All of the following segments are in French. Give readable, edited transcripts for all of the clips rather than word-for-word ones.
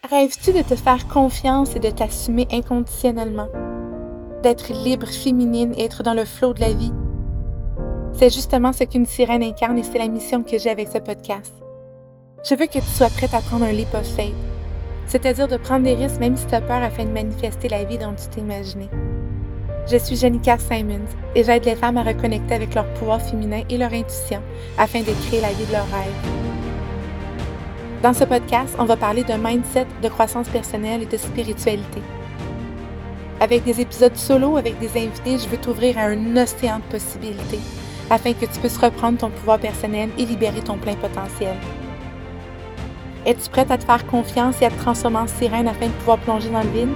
Rêves-tu de te faire confiance et de t'assumer inconditionnellement? D'être libre, féminine et être dans le flot de la vie? C'est justement ce qu'une sirène incarne et c'est la mission que j'ai avec ce podcast. Je veux que tu sois prête à prendre un leap of faith, c'est-à-dire de prendre des risques même si tu as peur afin de manifester la vie dont tu t'es imaginé. Je suis Jenica Simons et j'aide les femmes à reconnecter avec leur pouvoir féminin et leur intuition afin de créer la vie de leurs rêves. Dans ce podcast, on va parler de mindset, de croissance personnelle et de spiritualité. Avec des épisodes solo, avec des invités, je veux t'ouvrir à un océan de possibilités afin que tu puisses reprendre ton pouvoir personnel et libérer ton plein potentiel. Es-tu prête à te faire confiance et à te transformer en sirène afin de pouvoir plonger dans le vide?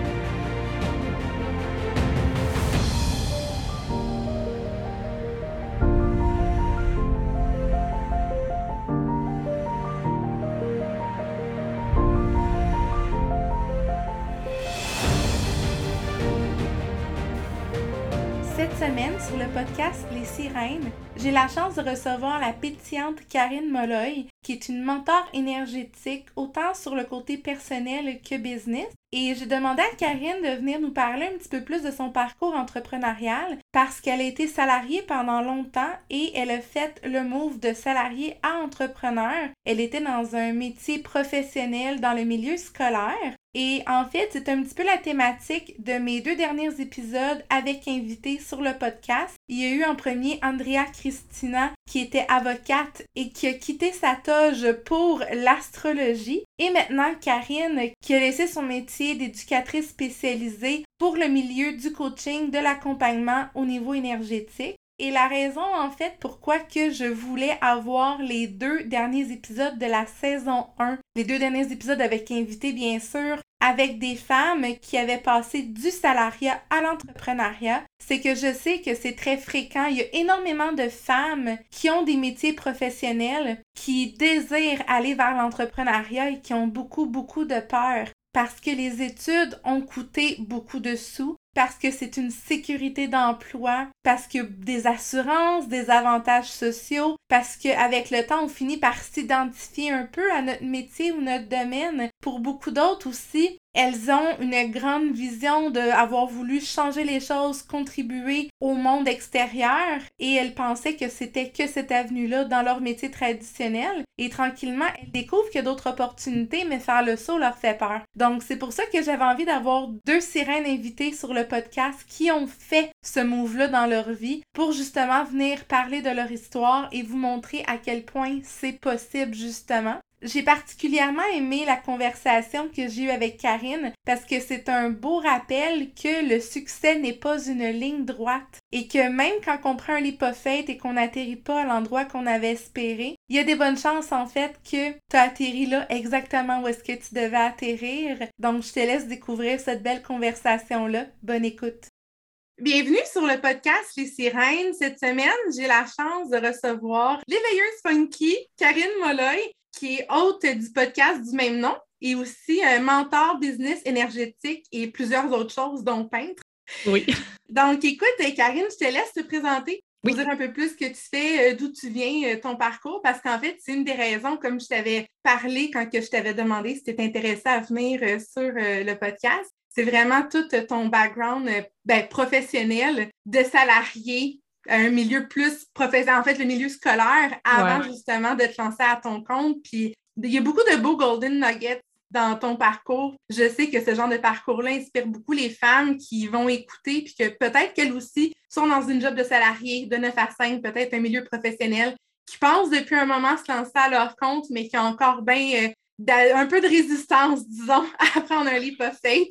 Cette semaine, sur le podcast Les Sirènes, j'ai la chance de recevoir la pétillante Karine Molloy, qui est une mentor énergétique autant sur le côté personnel que business. Et j'ai demandé à Karine de venir nous parler un petit peu plus de son parcours entrepreneurial parce qu'elle a été salariée pendant longtemps et elle a fait le move de salarié à entrepreneur. Elle était dans un métier professionnel dans le milieu scolaire. Et en fait, c'est un petit peu la thématique de mes 2 derniers épisodes avec invités sur le podcast. Il y a eu en premier Andrea Cristina, qui était avocate et qui a quitté sa toge pour l'astrologie. Et maintenant, Karine, qui a laissé son métier d'éducatrice spécialisée pour le milieu du coaching, de l'accompagnement au niveau énergétique. Et la raison, en fait, pourquoi que je voulais avoir les 2 derniers épisodes de la saison 1, les 2 derniers épisodes avec invités, bien sûr, avec des femmes qui avaient passé du salariat à l'entrepreneuriat, c'est que je sais que c'est très fréquent. Il y a énormément de femmes qui ont des métiers professionnels, qui désirent aller vers l'entrepreneuriat et qui ont beaucoup de peur parce que les études ont coûté beaucoup de sous, parce que c'est une sécurité d'emploi, parce que des assurances, des avantages sociaux, parce qu'avec le temps, on finit par s'identifier un peu à notre métier ou notre domaine. Pour beaucoup d'autres aussi, elles ont une grande vision d'avoir voulu changer les choses, contribuer au monde extérieur et elles pensaient que c'était que cette avenue-là dans leur métier traditionnel. Et tranquillement, elles découvrent qu'il y a d'autres opportunités, mais faire le saut leur fait peur. Donc, c'est pour ça que j'avais envie d'avoir 2 sirènes invitées sur le podcast qui ont fait ce move-là dans leur vie pour justement venir parler de leur histoire et vous montrer à quel point c'est possible justement. J'ai particulièrement aimé la conversation que j'ai eue avec Karine parce que c'est un beau rappel que le succès n'est pas une ligne droite et que même quand on prend un leap of faith et qu'on n'atterrit pas à l'endroit qu'on avait espéré, il y a des bonnes chances en fait que tu as atterri là exactement où est-ce que tu devais atterrir. Donc je te laisse découvrir cette belle conversation-là. Bonne écoute! Bienvenue sur le podcast Les Sirènes. Cette semaine, j'ai la chance de recevoir l'éveilleuse funky Karine Molloy, qui est hôte du podcast du même nom et aussi mentor business énergétique et plusieurs autres choses, dont peintre. Oui. Donc, écoute, Karine, je te laisse te présenter, Oui. nous dire un peu plus ce que tu fais, d'où tu viens, ton parcours, parce qu'en fait, c'est une des raisons, comme je t'avais parlé quand que je t'avais demandé si tu étais intéressée à venir sur le podcast. C'est vraiment tout ton background professionnel de salarié, un milieu plus professionnel, en fait, le milieu scolaire, avant justement de te lancer à ton compte. Puis, il y a beaucoup de beaux golden nuggets dans ton parcours. Je sais que ce genre de parcours-là inspire beaucoup les femmes qui vont écouter, puis que peut-être qu'elles aussi sont dans une job de salarié, de 9 à 5, peut-être un milieu professionnel, qui pensent depuis un moment se lancer à leur compte, mais qui ont encore bien un peu de résistance, disons, à prendre un leap of faith.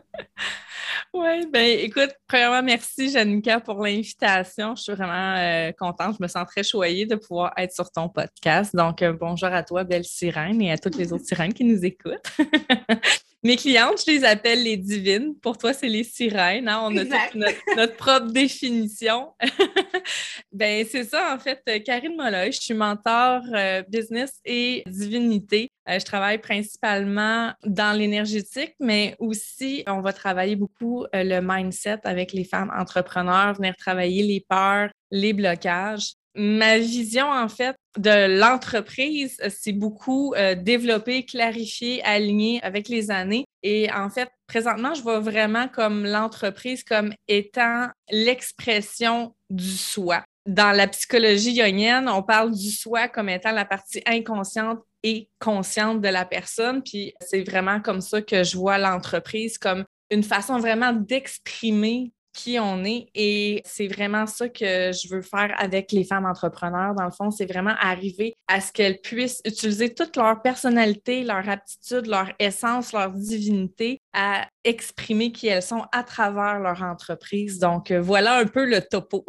Oui, ben écoute, premièrement, merci Jenica pour l'invitation. Je suis vraiment contente. Je me sens très choyée de pouvoir être sur ton podcast. Donc, bonjour à toi, belle sirène, et à toutes les autres sirènes qui nous écoutent. Mes clientes, je les appelle les divines. Pour toi, c'est les sirènes. Hein? On a toute notre propre définition. Ben c'est ça, en fait. Karine Molloy, je suis mentor business et divinité. Je travaille principalement dans l'énergétique, mais aussi, on va travailler beaucoup le mindset avec les femmes entrepreneurs, venir travailler les peurs, les blocages. Ma vision, en fait, de l'entreprise, c'est beaucoup développer, clarifier, aligner avec les années. Et en fait, présentement, je vois vraiment comme l'entreprise comme étant l'expression du soi. Dans la psychologie jungienne, on parle du soi comme étant la partie inconsciente et consciente de la personne. Puis c'est vraiment comme ça que je vois l'entreprise, comme une façon vraiment d'exprimer qui on est. Et c'est vraiment ça que je veux faire avec les femmes entrepreneurs. Dans le fond, c'est vraiment arriver à ce qu'elles puissent utiliser toute leur personnalité, leur aptitude, leur essence, leur divinité à exprimer qui elles sont à travers leur entreprise. Donc, voilà un peu le topo.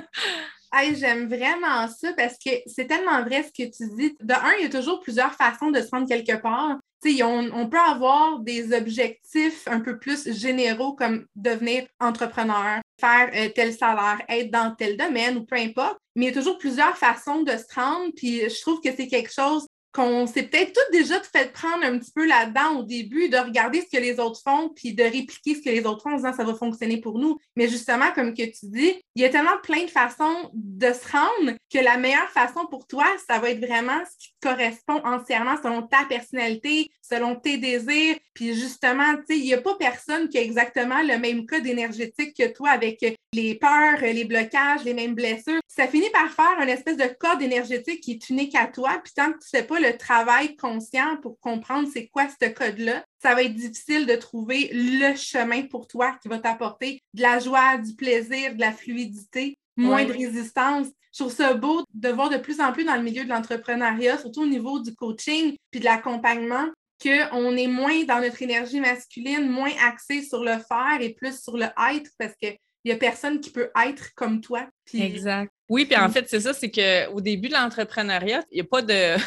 Hey, j'aime vraiment ça parce que c'est tellement vrai ce que tu dis. De un, il y a toujours plusieurs façons de se rendre quelque part. Tu sais, on peut avoir des objectifs un peu plus généraux comme devenir entrepreneur, faire tel salaire, être dans tel domaine ou peu importe. Mais il y a toujours plusieurs façons de se rendre. Puis je trouve que c'est quelque chose qu'on s'est peut-être toutes déjà fait prendre un petit peu là-dedans au début, de regarder ce que les autres font, puis de répliquer ce que les autres font en disant ça va fonctionner pour nous. Mais justement, comme que tu dis, il y a tellement plein de façons de se rendre que la meilleure façon pour toi, ça va être vraiment ce qui te correspond entièrement selon ta personnalité, selon tes désirs. Puis justement, tu sais, il n'y a pas personne qui a exactement le même code énergétique que toi avec les peurs, les blocages, les mêmes blessures. Ça finit par faire une espèce de code énergétique qui est unique à toi. Puis tant que tu ne fais pas le travail conscient pour comprendre c'est quoi ce code-là, ça va être difficile de trouver le chemin pour toi qui va t'apporter de la joie, du plaisir, de la fluidité, moins de résistance. Je trouve ça beau de voir de plus en plus dans le milieu de l'entrepreneuriat, surtout au niveau du coaching puis de l'accompagnement, qu'on est moins dans notre énergie masculine, moins axé sur le faire et plus sur le être parce qu'il n'y a personne qui peut être comme toi. Puis... Exact. Oui, puis en fait, c'est ça, c'est qu'au début de l'entrepreneuriat, il n'y a pas de...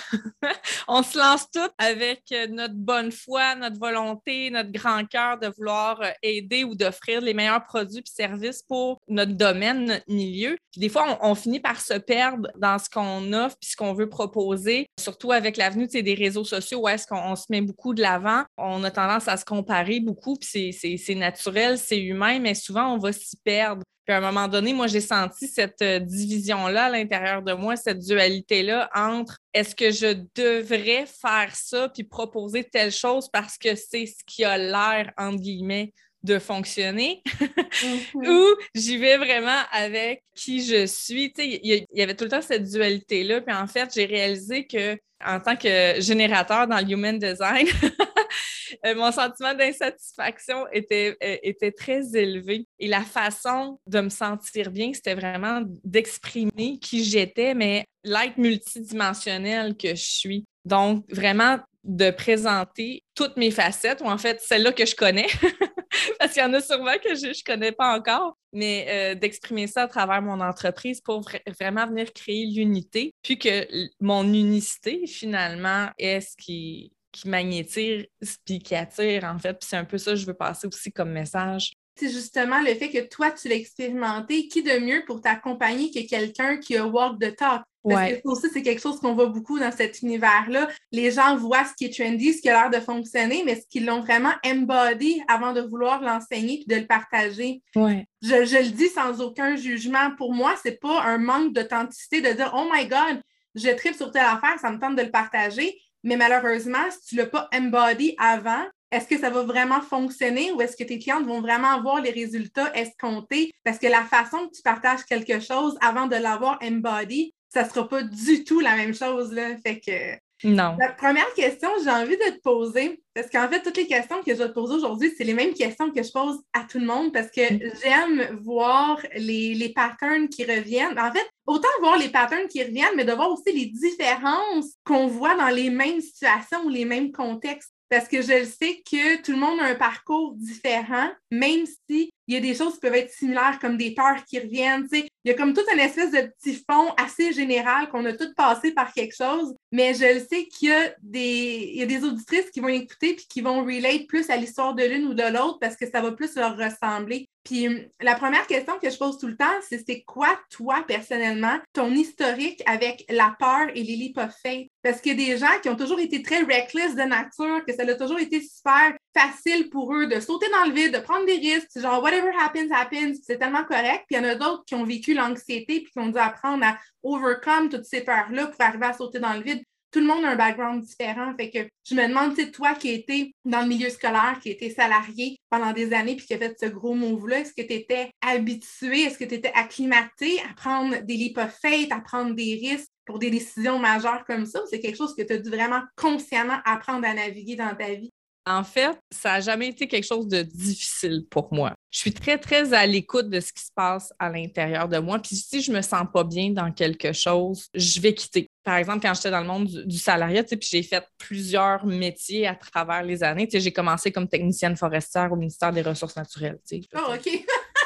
On se lance tout avec notre bonne foi, notre volonté, notre grand cœur de vouloir aider ou d'offrir les meilleurs produits et services pour notre domaine, notre milieu. Puis des fois, on finit par se perdre dans ce qu'on offre puis ce qu'on veut proposer, surtout avec l'avenue des réseaux sociaux où est-ce qu'on se met beaucoup de l'avant. On a tendance à se comparer beaucoup, puis c'est naturel, c'est humain, mais souvent, on va s'y perdre. Puis à un moment donné, moi, j'ai senti cette division-là à l'intérieur de moi, cette dualité-là entre est-ce que je devrais faire ça puis proposer telle chose parce que c'est ce qui a l'air, entre guillemets, de fonctionner ou j'y vais vraiment avec qui je suis. Tu sais, il y avait tout le temps cette dualité-là. Puis en fait, j'ai réalisé que en tant que générateur dans le Human Design, mon sentiment d'insatisfaction était très élevé. Et la façon de me sentir bien, c'était vraiment d'exprimer qui j'étais, mais l'être multidimensionnel que je suis. Donc, vraiment de présenter toutes mes facettes, ou en fait, celles-là que je connais, parce qu'il y en a sûrement que je ne connais pas encore, mais d'exprimer ça à travers mon entreprise pour vraiment venir créer l'unité, puis que mon unicité, finalement, est ce qui magnétise puis qui attire, en fait. Puis c'est un peu ça que je veux passer aussi comme message. C'est justement le fait que toi, tu l'as expérimenté. Qui de mieux pour t'accompagner que quelqu'un qui a walk the talk? Parce que ça aussi, c'est quelque chose qu'on voit beaucoup dans cet univers-là. Les gens voient ce qui est trendy, ce qui a l'air de fonctionner, mais ce qu'ils l'ont vraiment embody avant de vouloir l'enseigner puis de le partager. Ouais. Je le dis sans aucun jugement. Pour moi, c'est pas un manque d'authenticité de dire « Oh my God, je tripe sur telle affaire, ça me tente de le partager. » Mais malheureusement, si tu ne l'as pas embody avant, est-ce que ça va vraiment fonctionner ou est-ce que tes clientes vont vraiment avoir les résultats escomptés? Parce que la façon que tu partages quelque chose avant de l'avoir embody, ça ne sera pas du tout la même chose, là. Fait que... Non. La première question que j'ai envie de te poser, parce qu'en fait, toutes les questions que je vais te poser aujourd'hui, c'est les mêmes questions que je pose à tout le monde parce que j'aime voir les patterns qui reviennent. En fait, autant voir les patterns qui reviennent, mais de voir aussi les différences qu'on voit dans les mêmes situations ou les mêmes contextes. Parce que je le sais que tout le monde a un parcours différent, même s'il y a des choses qui peuvent être similaires, comme des peurs qui reviennent. Tu sais. Il y a comme toute une espèce de petit fond assez général qu'on a tous passé par quelque chose, mais je le sais qu'il y a des auditrices qui vont écouter puis qui vont relate plus à l'histoire de l'une ou de l'autre parce que ça va plus leur ressembler. Puis la première question que je pose tout le temps, c'est quoi, toi, personnellement, ton historique avec la peur et les leap of faith? Parce qu'il y a des gens qui ont toujours été très reckless de nature, que ça a toujours été super facile pour eux de sauter dans le vide, de prendre des risques, genre whatever happens, happens, c'est tellement correct. Puis il y en a d'autres qui ont vécu l'anxiété puis qui ont dû apprendre à overcome toutes ces peurs-là pour arriver à sauter dans le vide. Tout le monde a un background différent. Fait que je me demande, tu sais, toi qui étais dans le milieu scolaire, qui étais salarié pendant des années puis qui a fait ce gros move-là, est-ce que tu étais habitué, est-ce que tu étais acclimaté à prendre des leap of faith, à prendre des risques pour des décisions majeures comme ça? Ou c'est quelque chose que tu as dû vraiment consciemment apprendre à naviguer dans ta vie? En fait, ça n'a jamais été quelque chose de difficile pour moi. Je suis très, très à l'écoute de ce qui se passe à l'intérieur de moi. Puis si je me sens pas bien dans quelque chose, je vais quitter. Par exemple, quand j'étais dans le monde du salariat, puis j'ai fait plusieurs métiers à travers les années. J'ai commencé comme technicienne forestière au ministère des Ressources naturelles. Oh, OK.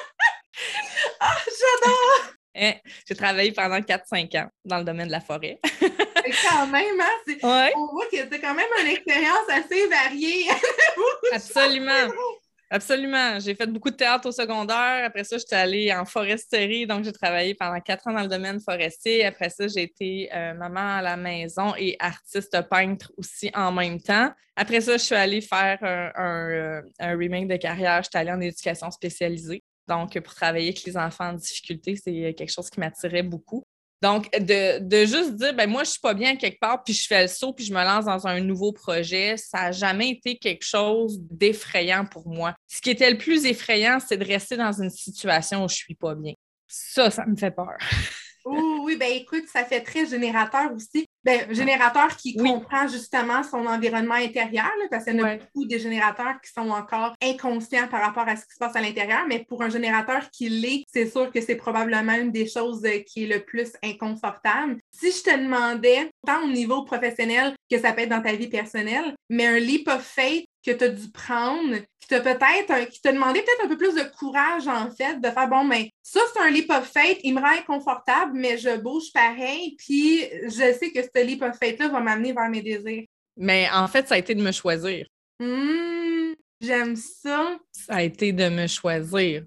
Ah, j'adore! J'ai travaillé pendant 4-5 ans dans le domaine de la forêt. Quand même, hein? On voit que c'est quand même une expérience assez variée. Absolument. Absolument. J'ai fait beaucoup de théâtre au secondaire. Après ça, j'étais allée en foresterie. Donc, j'ai travaillé pendant 4 ans dans le domaine forestier. Après ça, j'ai été maman à la maison et artiste peintre aussi en même temps. Après ça, je suis allée faire un remake de carrière. J'étais allée en éducation spécialisée. Donc, pour travailler avec les enfants en difficulté, c'est quelque chose qui m'attirait beaucoup. Donc, de juste dire, ben moi, je suis pas bien quelque part, puis je fais le saut, puis je me lance dans un nouveau projet, ça n'a jamais été quelque chose d'effrayant pour moi. Ce qui était le plus effrayant, c'est de rester dans une situation où je suis pas bien. Ça me fait peur. Oui, ben écoute, ça fait très générateur aussi. Générateur qui comprend justement son environnement intérieur, là, parce qu'il y en a beaucoup de générateurs qui sont encore inconscients par rapport à ce qui se passe à l'intérieur, mais pour un générateur qui l'est, c'est sûr que c'est probablement une des choses qui est le plus inconfortable. Si je te demandais, tant au niveau professionnel que ça peut être dans ta vie personnelle, mais un leap of faith que tu as dû prendre, qui t'a demandé peut-être un peu plus de courage, en fait, de faire, bon, mais ça, c'est un leap of faith, il me rend inconfortable, mais je bouge pareil, puis je sais que ce leap of faith-là va m'amener vers mes désirs. Mais en fait, ça a été de me choisir. J'aime ça. Ça a été de me choisir.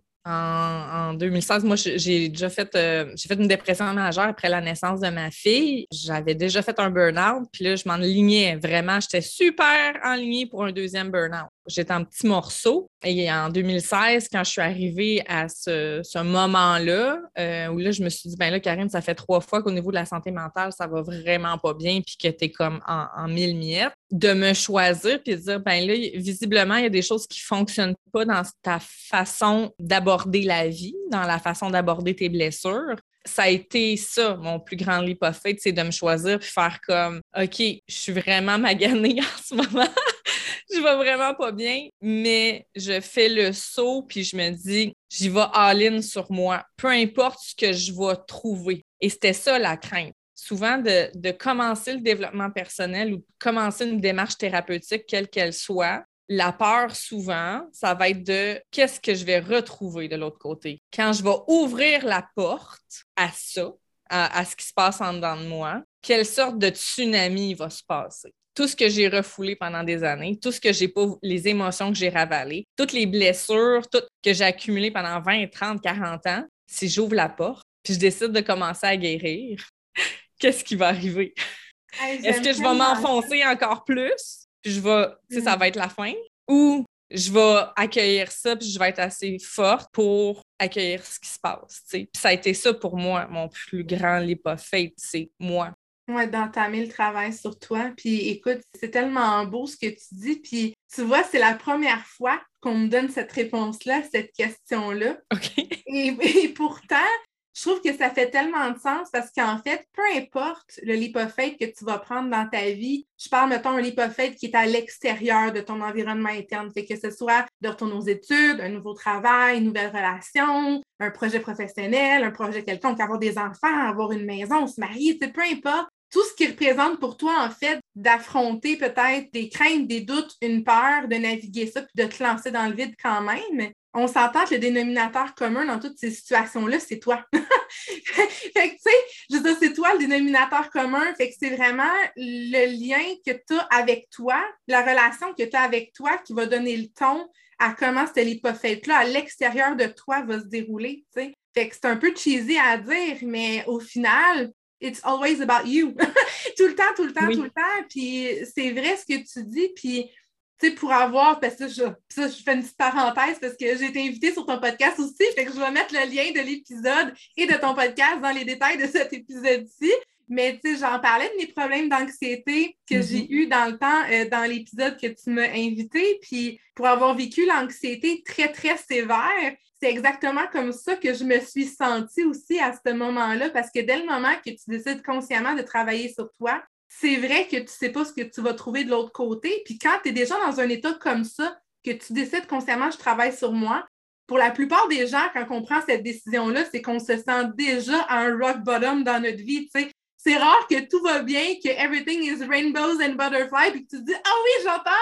En 2016, moi, j'ai déjà fait une dépression majeure après la naissance de ma fille. J'avais déjà fait un burn-out, puis là, je m'enlignais vraiment. J'étais super enlignée pour un deuxième burn-out. J'étais en petits morceaux. Et en 2016, quand je suis arrivée à ce moment-là, où là, je me suis dit, ben là, Karine, ça fait 3 fois qu'au niveau de la santé mentale, ça va vraiment pas bien, puis que t'es comme en mille miettes. De me choisir, puis de dire, ben là, visiblement, il y a des choses qui fonctionnent pas dans ta façon d'aborder la vie, dans la façon d'aborder tes blessures. Ça a été ça, mon plus grand leap of faith, c'est de me choisir puis faire comme, OK, je suis vraiment maganée en ce moment. Je vais vraiment pas bien, mais je fais le saut puis je me dis, j'y vais all-in sur moi, peu importe ce que je vais trouver. Et c'était ça la crainte. Souvent, de commencer le développement personnel ou de commencer une démarche thérapeutique, quelle qu'elle soit, la peur, souvent, ça va être de qu'est-ce que je vais retrouver de l'autre côté. Quand je vais ouvrir la porte à ça, à ce qui se passe en dedans de moi, quelle sorte de tsunami va se passer? Tout ce que j'ai refoulé pendant des années, tout ce que j'ai pas, les émotions que j'ai ravalées, toutes les blessures, tout que j'ai accumulées pendant 20, 30, 40 ans, si j'ouvre la porte, puis je décide de commencer à guérir, qu'est-ce qui va arriver? Est-ce que je vais m'enfoncer encore plus? Puis ça va être la fin? Ou je vais accueillir ça, puis je vais être assez forte pour accueillir ce qui se passe, t'sais. Puis ça a été ça pour moi, mon plus grand leap of faith, c'est moi. Ouais, d'entamer le travail sur toi. Puis écoute, c'est tellement beau ce que tu dis. Puis tu vois, c'est la première fois qu'on me donne cette réponse-là, cette question-là. OK. Et pourtant, je trouve que ça fait tellement de sens parce qu'en fait, peu importe le leap of faith que tu vas prendre dans ta vie, je parle, mettons, un leap of faith qui est à l'extérieur de ton environnement interne, fait que ce soit de retourner aux études, un nouveau travail, une nouvelle relation, un projet professionnel, un projet quelconque, avoir des enfants, avoir une maison, se marier, peu importe. Tout ce qui représente pour toi, en fait, d'affronter peut-être des craintes, des doutes, une peur, de naviguer ça, puis de te lancer dans le vide quand même. On s'entend que le dénominateur commun dans toutes ces situations-là, c'est toi. Fait que, tu sais, je veux dire, c'est toi le dénominateur commun. Fait que c'est vraiment le lien que tu as avec toi, la relation que tu as avec toi qui va donner le ton à comment cette leap of faith-là, à l'extérieur de toi, va se dérouler, tu sais. Fait que c'est un peu cheesy à dire, mais au final, it's always about you. Tout le temps. Puis c'est vrai ce que tu dis. Puis tu sais, pour avoir, parce que je fais une petite parenthèse parce que j'ai été invitée sur ton podcast aussi, fait que je vais mettre le lien de l'épisode et de ton podcast dans les détails de cet épisode-ci. Mais tu sais, j'en parlais de mes problèmes d'anxiété que j'ai eu dans le temps, dans l'épisode que tu m'as invité. Puis pour avoir vécu l'anxiété très, très sévère, c'est exactement comme ça que je me suis sentie aussi à ce moment-là, parce que dès le moment que tu décides consciemment de travailler sur toi, c'est vrai que tu ne sais pas ce que tu vas trouver de l'autre côté. Puis quand tu es déjà dans un état comme ça, que tu décides consciemment, je travaille sur moi, pour la plupart des gens, quand on prend cette décision-là, c'est qu'on se sent déjà à un rock bottom dans notre vie, tu sais. C'est rare que tout va bien, que everything is rainbows and butterflies, puis que tu te dis « Ah oui,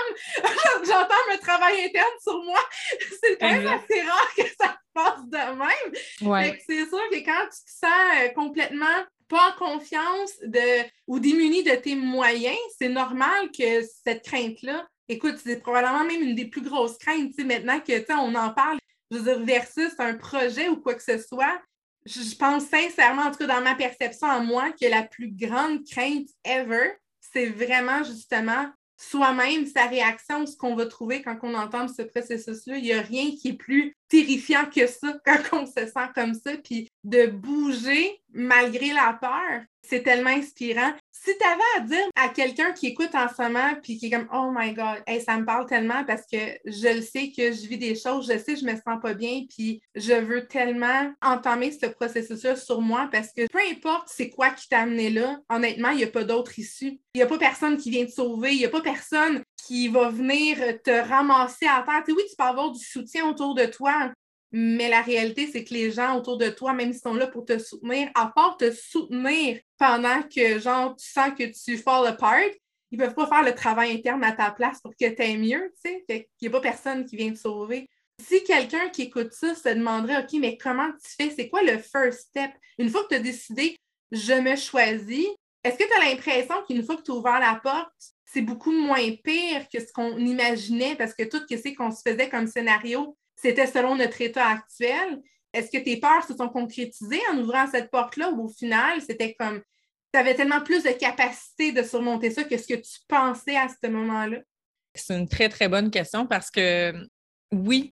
j'entends le travail interne sur moi! » C'est quand même assez rare que ça se passe de même. Ouais. Fait que c'est sûr que quand tu te sens complètement pas en confiance ou démuni de tes moyens, c'est normal que cette crainte-là, écoute, c'est probablement même une des plus grosses craintes, tu sais, maintenant que on en parle, je veux dire, versus un projet ou quoi que ce soit. Je pense sincèrement, en tout cas dans ma perception à moi, que la plus grande crainte ever, c'est vraiment justement soi-même, sa réaction, ce qu'on va trouver quand on entame ce processus-là. Il n'y a rien qui est plus terrifiant que ça quand on se sent comme ça. Puis de bouger malgré la peur, c'est tellement inspirant. Si tu avais à dire à quelqu'un qui écoute en ce moment puis qui est comme « Oh my God, hey, ça me parle tellement parce que je le sais que je vis des choses, je sais que je me sens pas bien puis je veux tellement entamer ce processus-là sur moi parce que peu importe c'est quoi qui t'a amené là, honnêtement, il n'y a pas d'autre issue. Il n'y a pas personne qui vient te sauver, il n'y a pas personne qui va venir te ramasser à terre. Tu sais, oui, tu peux avoir du soutien autour de toi, mais la réalité, c'est que les gens autour de toi, même s'ils sont là pour te soutenir, à part te soutenir pendant que, genre, tu sens que tu fall apart, ils ne peuvent pas faire le travail interne à ta place pour que tu aies mieux, tu sais. Fait qu'il n'y a pas personne qui vient te sauver. Si quelqu'un qui écoute ça se demanderait, OK, mais comment tu fais? C'est quoi le first step? Une fois que tu as décidé, je me choisis, est-ce que tu as l'impression qu'une fois que tu as ouvert la porte, c'est beaucoup moins pire que ce qu'on imaginait parce que tout ce qu'on se faisait comme scénario, c'était selon notre état actuel? Est-ce que tes peurs se sont concrétisées en ouvrant cette porte-là ou au final, c'était comme tu avais tellement plus de capacité de surmonter ça que ce que tu pensais à ce moment-là? C'est une très, très bonne question parce que oui,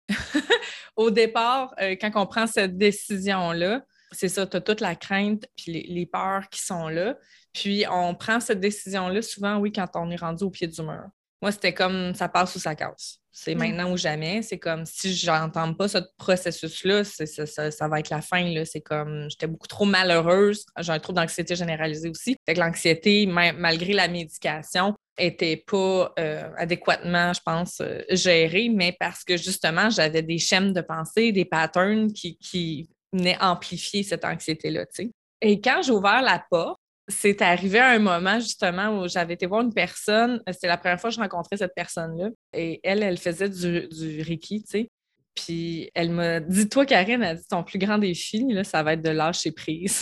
au départ, quand on prend cette décision-là, c'est ça, tu as toute la crainte puis les peurs qui sont là. Puis on prend cette décision-là souvent, oui, quand on est rendu au pied du mur. Moi, c'était comme ça passe ou ça casse. C'est maintenant ou jamais. C'est comme si je n'entends pas ce processus-là, ça va être la fin. Là. C'est comme j'étais beaucoup trop malheureuse. J'ai un trouble d'anxiété généralisée aussi. Fait que l'anxiété, malgré la médication, n'était pas adéquatement, je pense, gérée, mais parce que justement, j'avais des schèmes de pensée, des patterns qui venaient amplifier cette anxiété-là. T'sais. Et quand j'ai ouvert la porte, c'est arrivé à un moment justement où j'avais été voir une personne, c'était la première fois que je rencontrais cette personne-là, et elle faisait du Reiki, tu sais. Puis elle m'a dit, toi, Karine, elle dit, ton plus grand défi, là, ça va être de lâcher prise.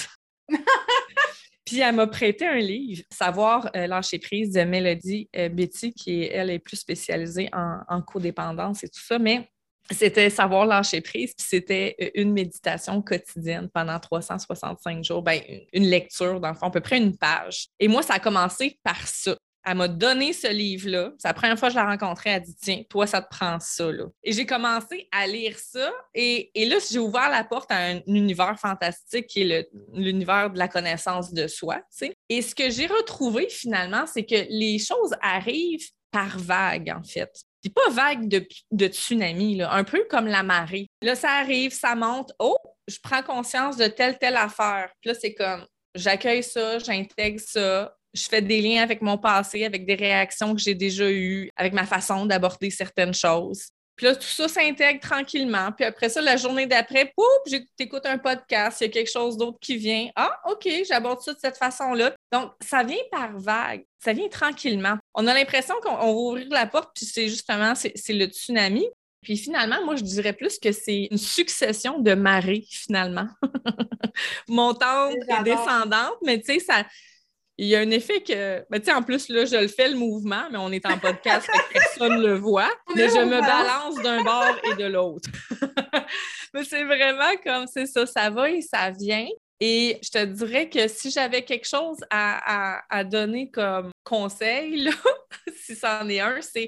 Puis elle m'a prêté un livre, Savoir lâcher prise de Mélodie Betty, qui, elle, est plus spécialisée en codépendance et tout ça, mais c'était Savoir lâcher prise, puis c'était une méditation quotidienne pendant 365 jours, ben, une lecture, dans le fond, à peu près une page. Et moi, ça a commencé par ça. Elle m'a donné ce livre-là. C'est la première fois que je la rencontrais. Elle a dit, tiens, toi, ça te prend ça. Là. Et j'ai commencé à lire ça. Et là, j'ai ouvert la porte à un univers fantastique qui est l'univers de la connaissance de soi. T'sais. Et ce que j'ai retrouvé finalement, c'est que les choses arrivent par vagues, en fait. Puis pas vague de tsunami, là, un peu comme la marée. Là, ça arrive, ça monte. Oh, je prends conscience de telle affaire. Puis là, c'est comme, j'accueille ça, j'intègre ça. Je fais des liens avec mon passé, avec des réactions que j'ai déjà eues, avec ma façon d'aborder certaines choses. Puis là, tout ça s'intègre tranquillement. Puis après ça, la journée d'après, pouf, t'écoutes un podcast, il y a quelque chose d'autre qui vient. Ah, OK, j'aborde ça de cette façon-là. Donc, ça vient par vague, ça vient tranquillement. On a l'impression qu'on va ouvrir la porte, puis c'est justement, c'est le tsunami. Puis finalement, moi, je dirais plus que c'est une succession de marées, finalement. Montante et descendante, mais tu sais, ça... Il y a un effet que, ben, tu sais, en plus, là, je le fais, le mouvement, mais on est en podcast, fait que personne ne le voit, mais je me balance d'un bord et de l'autre. Mais c'est vraiment comme, c'est ça, ça va et ça vient. Et je te dirais que si j'avais quelque chose à donner comme conseil, là, si c'en est un, c'est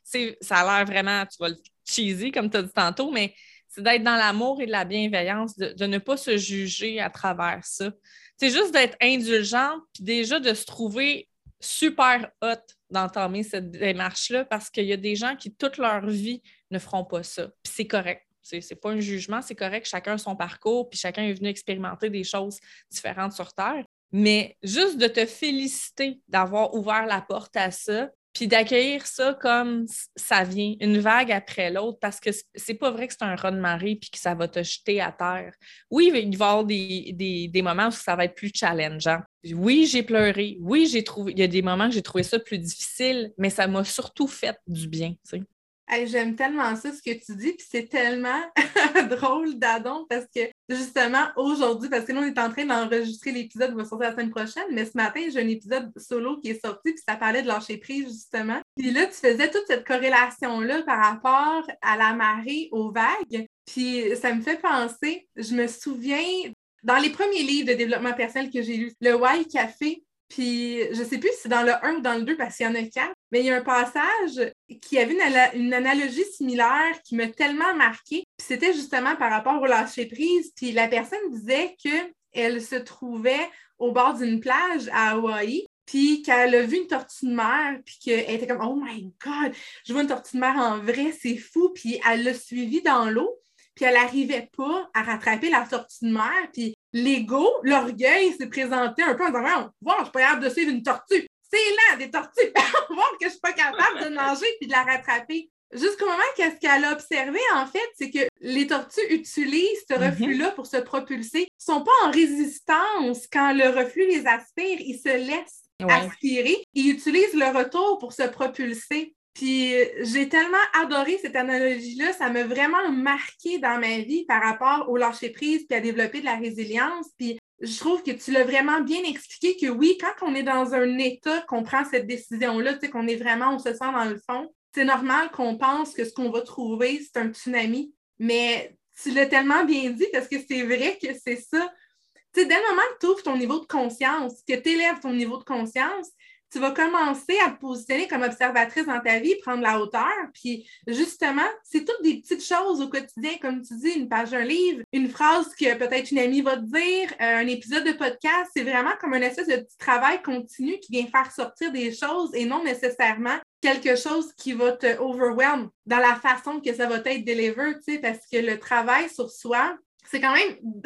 ça a l'air vraiment, tu vas le cheesy, comme tu as dit tantôt, mais c'est d'être dans l'amour et de la bienveillance, de ne pas se juger à travers ça. C'est juste d'être indulgente, puis déjà de se trouver super hot d'entamer cette démarche-là, parce qu'il y a des gens qui, toute leur vie, ne feront pas ça. Puis c'est correct. C'est pas un jugement, c'est correct. Chacun a son parcours, puis chacun est venu expérimenter des choses différentes sur Terre. Mais juste de te féliciter d'avoir ouvert la porte à ça, puis d'accueillir ça comme ça vient, une vague après l'autre, parce que c'est pas vrai que c'est un raz-de-marée puis que ça va te jeter à terre. Oui, il va y avoir des moments où ça va être plus challengeant. Oui, j'ai pleuré. Oui, il y a des moments que j'ai trouvé ça plus difficile, mais ça m'a surtout fait du bien, tu sais. Hey, j'aime tellement ça, ce que tu dis, puis c'est tellement drôle, Dadon, parce que justement, aujourd'hui, parce que nous, on est en train d'enregistrer l'épisode qui va sortir la semaine prochaine, mais ce matin, j'ai un épisode solo qui est sorti, puis ça parlait de lâcher prise, justement. Puis là, tu faisais toute cette corrélation-là par rapport à la marée, aux vagues, puis ça me fait penser, je me souviens, dans les premiers livres de développement personnel que j'ai lus, le Why Café, puis je sais plus si c'est dans le 1 ou dans le 2 parce qu'il y en a 4, mais il y a un passage qui avait une analogie similaire qui m'a tellement marquée. Puis c'était justement par rapport au lâcher-prise. Puis la personne disait qu'elle se trouvait au bord d'une plage à Hawaï, puis qu'elle a vu une tortue de mer, puis qu'elle était comme « Oh my God, je vois une tortue de mer en vrai, c'est fou! » Puis elle l'a suivie dans l'eau, puis elle n'arrivait pas à rattraper la tortue de mer, puis l'ego, l'orgueil s'est présenté un peu en disant « Wow, je suis pas capable de suivre une tortue! C'est lent, des tortues! Voir que je suis pas capable de nager puis de la rattraper! » Jusqu'au moment qu'est-ce qu'elle a observé, en fait, c'est que les tortues utilisent ce reflux-là pour se propulser. Ils ne sont pas en résistance quand le reflux les aspire. Ils se laissent aspirer. Ils utilisent le retour pour se propulser. Puis j'ai tellement adoré cette analogie-là, ça m'a vraiment marqué dans ma vie par rapport au lâcher-prise puis à développer de la résilience. Puis je trouve que tu l'as vraiment bien expliqué que oui, quand on est dans un état qu'on prend cette décision-là, tu sais, qu'on est vraiment, on se sent dans le fond, c'est normal qu'on pense que ce qu'on va trouver, c'est un tsunami. Mais tu l'as tellement bien dit parce que c'est vrai que c'est ça. Tu sais, dès le moment que tu ouvres ton niveau de conscience, que tu élèves ton niveau de conscience, tu vas commencer à te positionner comme observatrice dans ta vie, prendre la hauteur. Puis justement, c'est toutes des petites choses au quotidien, comme tu dis, une page d'un livre, une phrase que peut-être une amie va te dire, un épisode de podcast. C'est vraiment comme un espèce de petit travail continu qui vient faire sortir des choses et non nécessairement quelque chose qui va te overwhelm dans la façon que ça va être deliver, tu sais, parce que le travail sur soi, c'est quand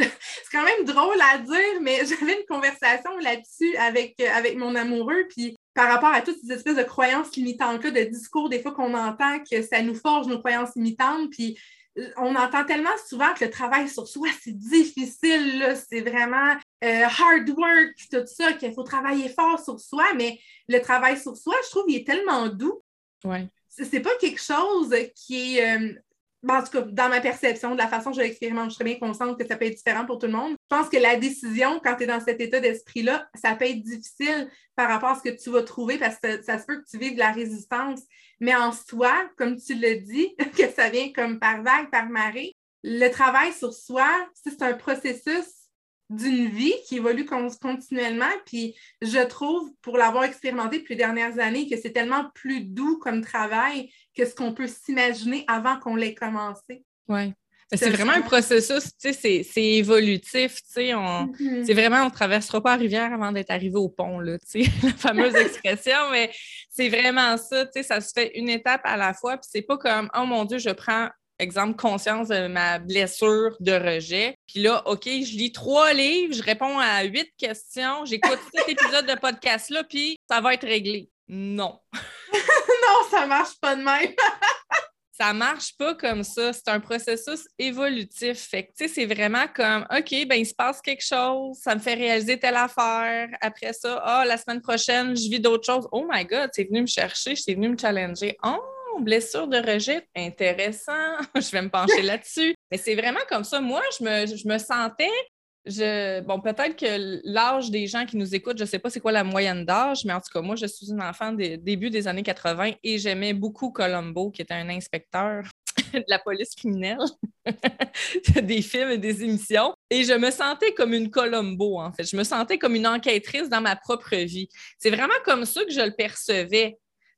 même drôle à dire, mais j'avais une conversation là-dessus avec mon amoureux, puis par rapport à toutes ces espèces de croyances limitantes-là, de discours, des fois qu'on entend que ça nous forge nos croyances limitantes, puis on entend tellement souvent que le travail sur soi, c'est difficile, là, c'est vraiment hard work, puis tout ça, qu'il faut travailler fort sur soi, mais le travail sur soi, je trouve, il est tellement doux. Ouais. C'est pas quelque chose qui est... en tout cas, dans ma perception, de la façon dont je l'expérimente, je suis très bien consciente que ça peut être différent pour tout le monde. Je pense que la décision, quand tu es dans cet état d'esprit-là, ça peut être difficile par rapport à ce que tu vas trouver parce que ça se peut que tu vives de la résistance. Mais en soi, comme tu le dis, que ça vient comme par vague, par marée, le travail sur soi, c'est un processus d'une vie qui évolue continuellement. Puis je trouve, pour l'avoir expérimenté depuis les dernières années, que c'est tellement plus doux comme travail que ce qu'on peut s'imaginer avant qu'on l'ait commencé. Oui. C'est vraiment un processus, tu sais, c'est évolutif, tu sais, c'est vraiment, on ne traversera pas la rivière avant d'être arrivé au pont, là, tu sais, la fameuse expression, mais c'est vraiment ça, tu sais, ça se fait une étape à la fois, puis c'est pas comme, oh mon Dieu, je prends exemple, conscience de ma blessure de rejet. Puis là, OK, je lis 3 livres, je réponds à 8 questions, j'écoute cet épisode de podcast-là, puis ça va être réglé. Non. Non, ça marche pas de même. Ça marche pas comme ça. C'est un processus évolutif. Fait que, tu sais, c'est vraiment comme, OK, ben il se passe quelque chose, ça me fait réaliser telle affaire. Après ça, la semaine prochaine, je vis d'autres choses. Oh my God, c'est venu me chercher, c'est venu me challenger. Oh! Blessure de rejet, intéressant, je vais me pencher là-dessus. Mais c'est vraiment comme ça. Moi, je me sentais, bon, peut-être que l'âge des gens qui nous écoutent, je ne sais pas c'est quoi la moyenne d'âge, mais en tout cas, moi, je suis une enfant des début des années 80 et j'aimais beaucoup Columbo, qui était un inspecteur de la police criminelle, des films et des émissions. Et je me sentais comme une Columbo, en fait. Je me sentais comme une enquêtrice dans ma propre vie. C'est vraiment comme ça que je le percevais.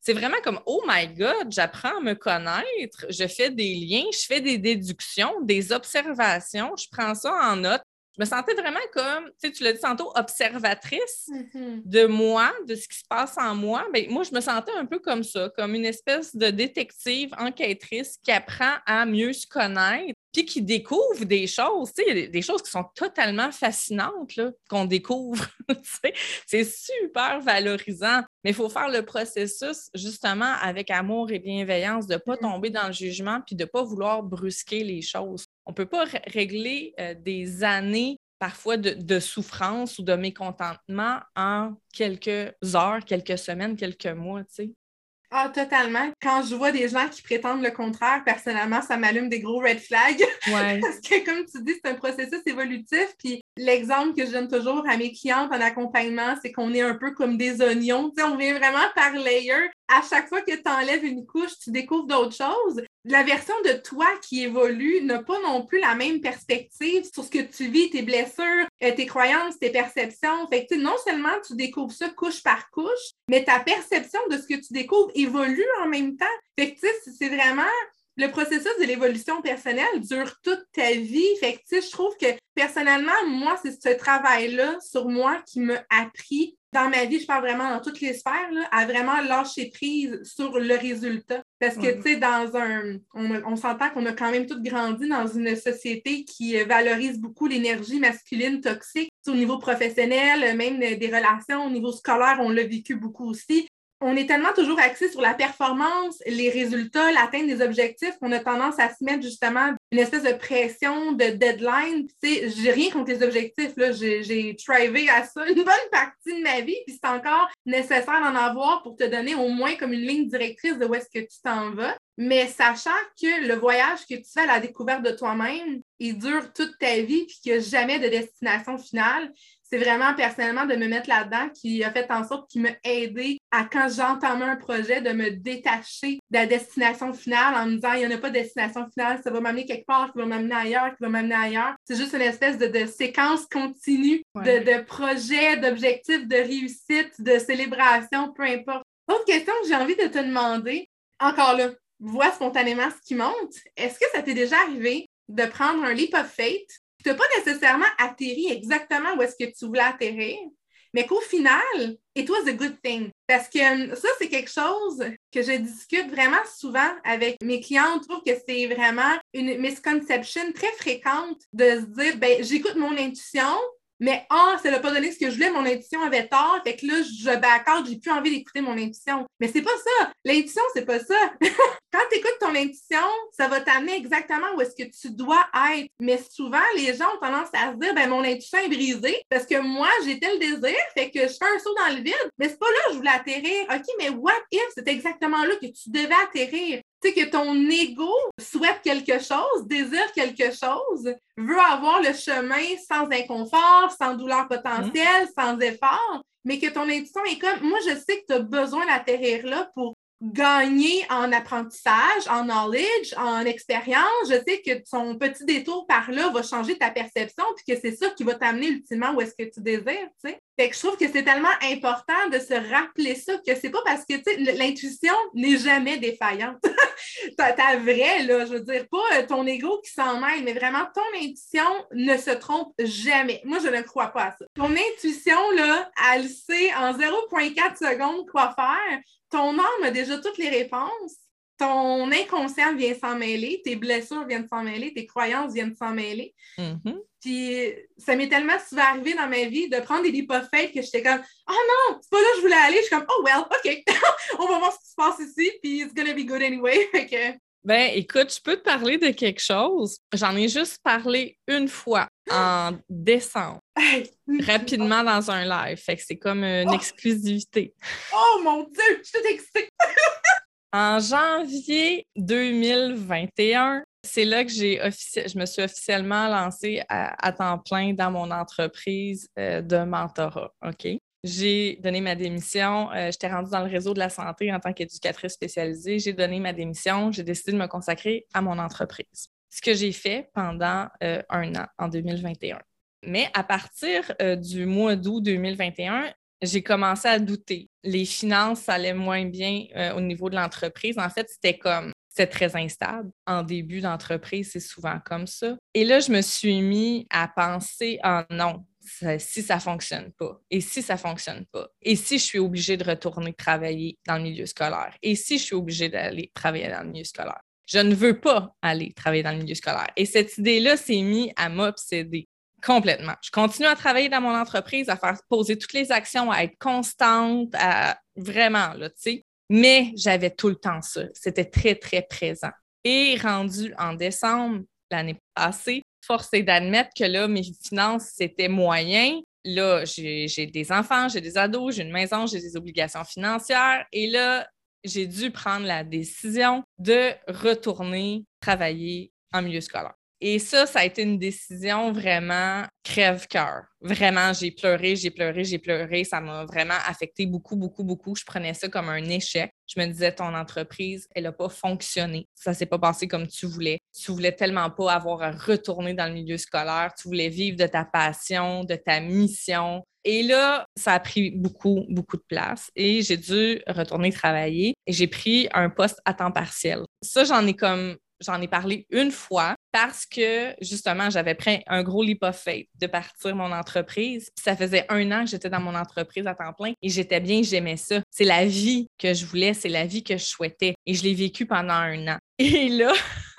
c'est vraiment comme, oh my God, j'apprends à me connaître, je fais des liens, je fais des déductions, des observations, je prends ça en note. Je me sentais vraiment comme, tu l'as dit tantôt, observatrice de moi, de ce qui se passe en moi. Bien, moi, je me sentais un peu comme ça, comme une espèce de détective enquêtrice qui apprend à mieux se connaître, puis qui découvre des choses. Tu sais, il y a des choses qui sont totalement fascinantes là, qu'on découvre. C'est super valorisant. Mais il faut faire le processus justement avec amour et bienveillance, de ne pas tomber dans le jugement puis de ne pas vouloir brusquer les choses. On ne peut pas régler des années parfois de souffrance ou de mécontentement en quelques heures, quelques semaines, quelques mois, tu sais. Ah, totalement. Quand je vois des gens qui prétendent le contraire, personnellement, ça m'allume des gros red flags. Ouais. Parce que, comme tu dis, c'est un processus évolutif. Puis l'exemple que je donne toujours à mes clientes en accompagnement, c'est qu'on est un peu comme des oignons. Tu sais, on vient vraiment par layer. À chaque fois que tu enlèves une couche, tu découvres d'autres choses. La version de toi qui évolue n'a pas non plus la même perspective sur ce que tu vis, tes blessures, tes croyances, tes perceptions. Fait que non seulement tu découvres ça couche par couche, mais ta perception de ce que tu découvres évolue en même temps. Fait que c'est vraiment le processus de l'évolution personnelle dure toute ta vie. Fait que je trouve que personnellement, moi, c'est ce travail-là sur moi qui m'a appris dans ma vie, je parle vraiment dans toutes les sphères, là, à vraiment lâcher prise sur le résultat. Parce que, tu sais, on s'entend qu'on a quand même tous grandi dans une société qui valorise beaucoup l'énergie masculine toxique au niveau professionnel, même des relations, au niveau scolaire, on l'a vécu beaucoup aussi. On est tellement toujours axé sur la performance, les résultats, l'atteinte des objectifs qu'on a tendance à se mettre justement une espèce de pression, de deadline. Tu sais, j'ai rien contre les objectifs, là. J'ai thrivé à ça une bonne partie de ma vie, puis c'est encore nécessaire d'en avoir pour te donner au moins comme une ligne directrice de où est-ce que tu t'en vas. Mais sachant que le voyage que tu fais à la découverte de toi-même, il dure toute ta vie, puis qu'il n'y a jamais de destination finale, c'est vraiment personnellement de me mettre là-dedans qui a fait en sorte qu'il m'a aidé à, quand j'entamais un projet, de me détacher de la destination finale en me disant il n'y en a pas de destination finale, ça va m'amener quelque part, qui va m'amener ailleurs, qui va m'amener ailleurs. C'est juste une espèce de séquence continue de projets, d'objectifs, de réussite, de célébration, peu importe. Autre question que j'ai envie de te demander, encore là, vois spontanément ce qui monte. Est-ce que ça t'est déjà arrivé de prendre un leap of faith? Tu n'as pas nécessairement atterri exactement où est-ce que tu voulais atterrir, mais qu'au final, it was a good thing. Parce que ça, c'est quelque chose que je discute vraiment souvent avec mes clients. Je trouve que c'est vraiment une misconception très fréquente de se dire, ben, j'écoute mon intuition, mais ça n'a pas donné ce que je voulais, mon intuition avait tort, fait que là, je baccorde, j'ai plus envie d'écouter mon intuition. Mais c'est pas ça. L'intuition, c'est pas ça. Quand tu écoutes ton intuition, ça va t'amener exactement où est-ce que tu dois être. Mais souvent, les gens ont tendance à se dire, ben mon intuition est brisée parce que moi, j'ai tel désir, fait que je fais un saut dans le vide, mais c'est pas là que je voulais atterrir. OK, mais what if c'est exactement là que tu devais atterrir? Tu sais, que ton ego souhaite quelque chose, désire quelque chose, veut avoir le chemin sans inconfort, sans douleur potentielle, sans effort, mais que ton intuition est comme, moi, je sais que tu as besoin d'atterrir là pour gagner en apprentissage, en knowledge, en expérience. Je sais que ton petit détour par là va changer ta perception puis que c'est ça qui va t'amener ultimement où est-ce que tu désires, tu sais. Fait que je trouve que c'est tellement important de se rappeler ça, que c'est pas parce que, tu sais, l'intuition n'est jamais défaillante. Ta vraie, là, je veux dire, pas ton ego qui s'en mêle, mais vraiment, ton intuition ne se trompe jamais. Moi, je ne crois pas à ça. Ton intuition, là, elle sait en 0,4 secondes quoi faire. Ton âme a déjà toutes les réponses. Ton inconscient vient s'en mêler, tes blessures viennent s'en mêler, tes croyances viennent s'en mêler. Mm-hmm. Puis ça m'est tellement souvent arrivé dans ma vie de prendre des leap of faith que j'étais comme « Oh non, c'est pas là que je voulais aller. » Je suis comme « Oh well, OK, on va voir ce qui se passe ici, puis it's gonna be good anyway. » Ben, écoute, je peux te parler de quelque chose. J'en ai juste parlé une fois en décembre, rapidement dans un live. Fait que c'est comme une exclusivité. Oh mon Dieu, je suis toute excitée! En janvier 2021, c'est là que je me suis officiellement lancée à temps plein dans mon entreprise de mentorat. OK? J'ai donné ma démission. J'étais rendue dans le réseau de la santé en tant qu'éducatrice spécialisée. J'ai donné ma démission. J'ai décidé de me consacrer à mon entreprise. Ce que j'ai fait pendant 1 an, en 2021. Mais à partir du mois d'août 2021, j'ai commencé à douter. Les finances, ça allait moins bien au niveau de l'entreprise. En fait, c'était très instable. En début d'entreprise, c'est souvent comme ça. Et là, je me suis mis à penser, ah non, si ça fonctionne pas, et si ça fonctionne pas, et si je suis obligée de retourner travailler dans le milieu scolaire, et si je suis obligée d'aller travailler dans le milieu scolaire. Je ne veux pas aller travailler dans le milieu scolaire. Et cette idée-là s'est mise à m'obséder complètement. Je continue à travailler dans mon entreprise, à faire poser toutes les actions, à être constante, à vraiment, là, tu sais. Mais j'avais tout le temps ça. C'était très, très présent. Et rendu en décembre l'année passée, force est d'admettre que là, mes finances, c'était moyen. Là, j'ai des enfants, j'ai des ados, j'ai une maison, j'ai des obligations financières. Et là, j'ai dû prendre la décision de retourner travailler en milieu scolaire. Et ça a été une décision vraiment crève-cœur. Vraiment, j'ai pleuré, j'ai pleuré, j'ai pleuré. Ça m'a vraiment affecté beaucoup, beaucoup, beaucoup. Je prenais ça comme un échec. Je me disais, ton entreprise, elle n'a pas fonctionné. Ça ne s'est pas passé comme tu voulais. Tu voulais tellement pas avoir à retourner dans le milieu scolaire. Tu voulais vivre de ta passion, de ta mission. Et là, ça a pris beaucoup, beaucoup de place et j'ai dû retourner travailler et j'ai pris un poste à temps partiel. Ça, j'en ai parlé une fois parce que, justement, j'avais pris un gros leap of faith de partir mon entreprise. Puis ça faisait 1 an que j'étais dans mon entreprise à temps plein et j'étais bien, j'aimais ça. C'est la vie que je voulais, c'est la vie que je souhaitais et je l'ai vécue pendant 1 an. Et là,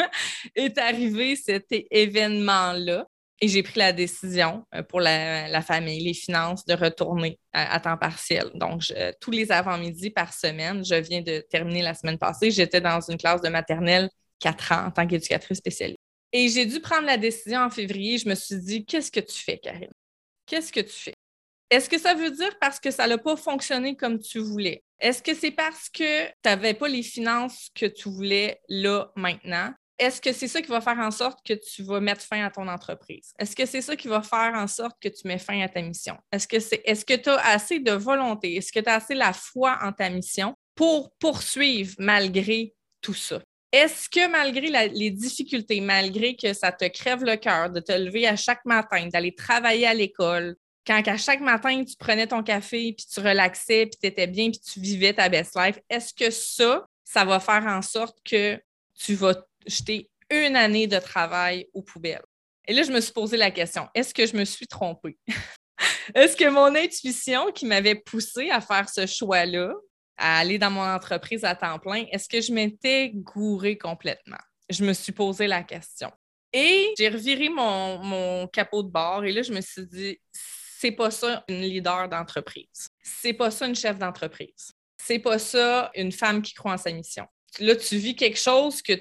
est arrivé cet événement-là. Et j'ai pris la décision pour la famille, les finances, de retourner à temps partiel. Donc, tous les avant-midi par semaine, je viens de terminer la semaine passée, j'étais dans une classe de maternelle 4 ans en tant qu'éducatrice spécialisée. Et j'ai dû prendre la décision en février. Je me suis dit, qu'est-ce que tu fais, Karine? Qu'est-ce que tu fais? Est-ce que ça veut dire parce que ça n'a pas fonctionné comme tu voulais? Est-ce que c'est parce que tu n'avais pas les finances que tu voulais là, maintenant? Est-ce que c'est ça qui va faire en sorte que tu vas mettre fin à ton entreprise? Est-ce que c'est ça qui va faire en sorte que tu mets fin à ta mission? Est-ce que tu as assez de volonté? Est-ce que tu as assez la foi en ta mission pour poursuivre malgré tout ça? Est-ce que malgré les difficultés, malgré que ça te crève le cœur de te lever à chaque matin, d'aller travailler à l'école, quand à chaque matin, tu prenais ton café, puis tu relaxais, puis tu étais bien, puis tu vivais ta best life, est-ce que ça va faire en sorte que tu vas jeter 1 année de travail aux poubelles? Et là, je me suis posé la question, est-ce que je me suis trompée? Est-ce que mon intuition qui m'avait poussée à faire ce choix-là, à aller dans mon entreprise à temps plein, est-ce que je m'étais gourée complètement? Je me suis posé la question. Et j'ai reviré mon capot de bord et là, je me suis dit, c'est pas ça une leader d'entreprise. C'est pas ça une chef d'entreprise. C'est pas ça une femme qui croit en sa mission. Là, tu vis quelque chose que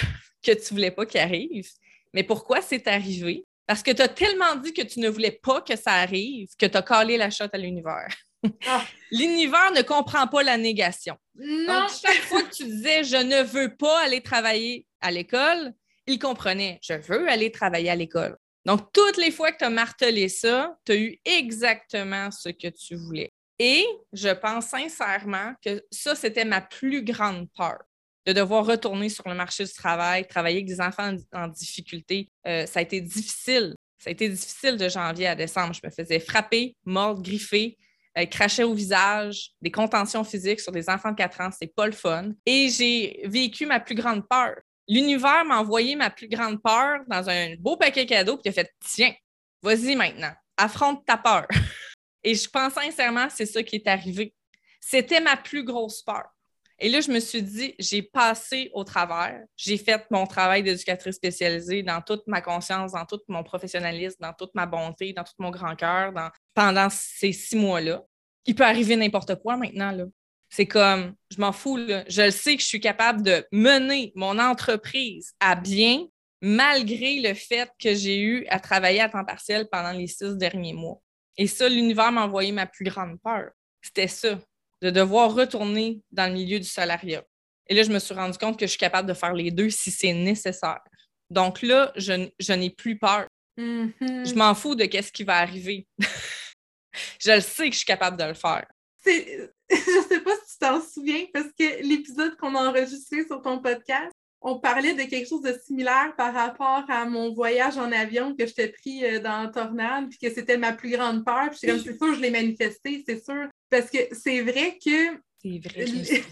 tu voulais pas qu'il arrive. Mais pourquoi c'est arrivé? Parce que tu as tellement dit que tu ne voulais pas que ça arrive que tu as collé la shot à l'univers. Ah. L'univers ne comprend pas la négation. Non. Donc, chaque fois que tu disais « je ne veux pas aller travailler à l'école », il comprenait « je veux aller travailler à l'école ». Donc, toutes les fois que tu as martelé ça, tu as eu exactement ce que tu voulais. Et je pense sincèrement que ça, c'était ma plus grande peur, de devoir retourner sur le marché du travail, travailler avec des enfants en difficulté. Ça a été difficile. Ça a été difficile de janvier à décembre. Je me faisais frapper, mordre, griffer, cracher au visage, des contentions physiques sur des enfants de 4 ans. C'est pas le fun. Et j'ai vécu ma plus grande peur. L'univers m'a envoyé ma plus grande peur dans un beau paquet cadeau puis il a fait « Tiens, vas-y maintenant, affronte ta peur. » Et je pense sincèrement que c'est ça qui est arrivé. C'était ma plus grosse peur. Et là, je me suis dit, j'ai passé au travers, j'ai fait mon travail d'éducatrice spécialisée dans toute ma conscience, dans tout mon professionnalisme, dans toute ma bonté, dans tout mon grand cœur, pendant ces 6 mois-là. Il peut arriver n'importe quoi maintenant, là. C'est comme, je m'en fous, là. Je le sais que je suis capable de mener mon entreprise à bien, malgré le fait que j'ai eu à travailler à temps partiel pendant les 6 derniers mois. Et ça, l'univers m'a envoyé ma plus grande peur. C'était ça, de devoir retourner dans le milieu du salariat. Et là, je me suis rendu compte que je suis capable de faire les deux si c'est nécessaire. Donc là, je n'ai plus peur. Mm-hmm. Je m'en fous de qu'est-ce qui va arriver. Je le sais que je suis capable de le faire. Je sais pas si tu t'en souviens, parce que l'épisode qu'on a enregistré sur ton podcast, on parlait de quelque chose de similaire par rapport à mon voyage en avion que j'étais pris dans la tornade, puis que c'était ma plus grande peur. Puis j'étais comme, c'est sûr, je l'ai manifesté, c'est sûr. Parce que c'est vrai que c'est vrai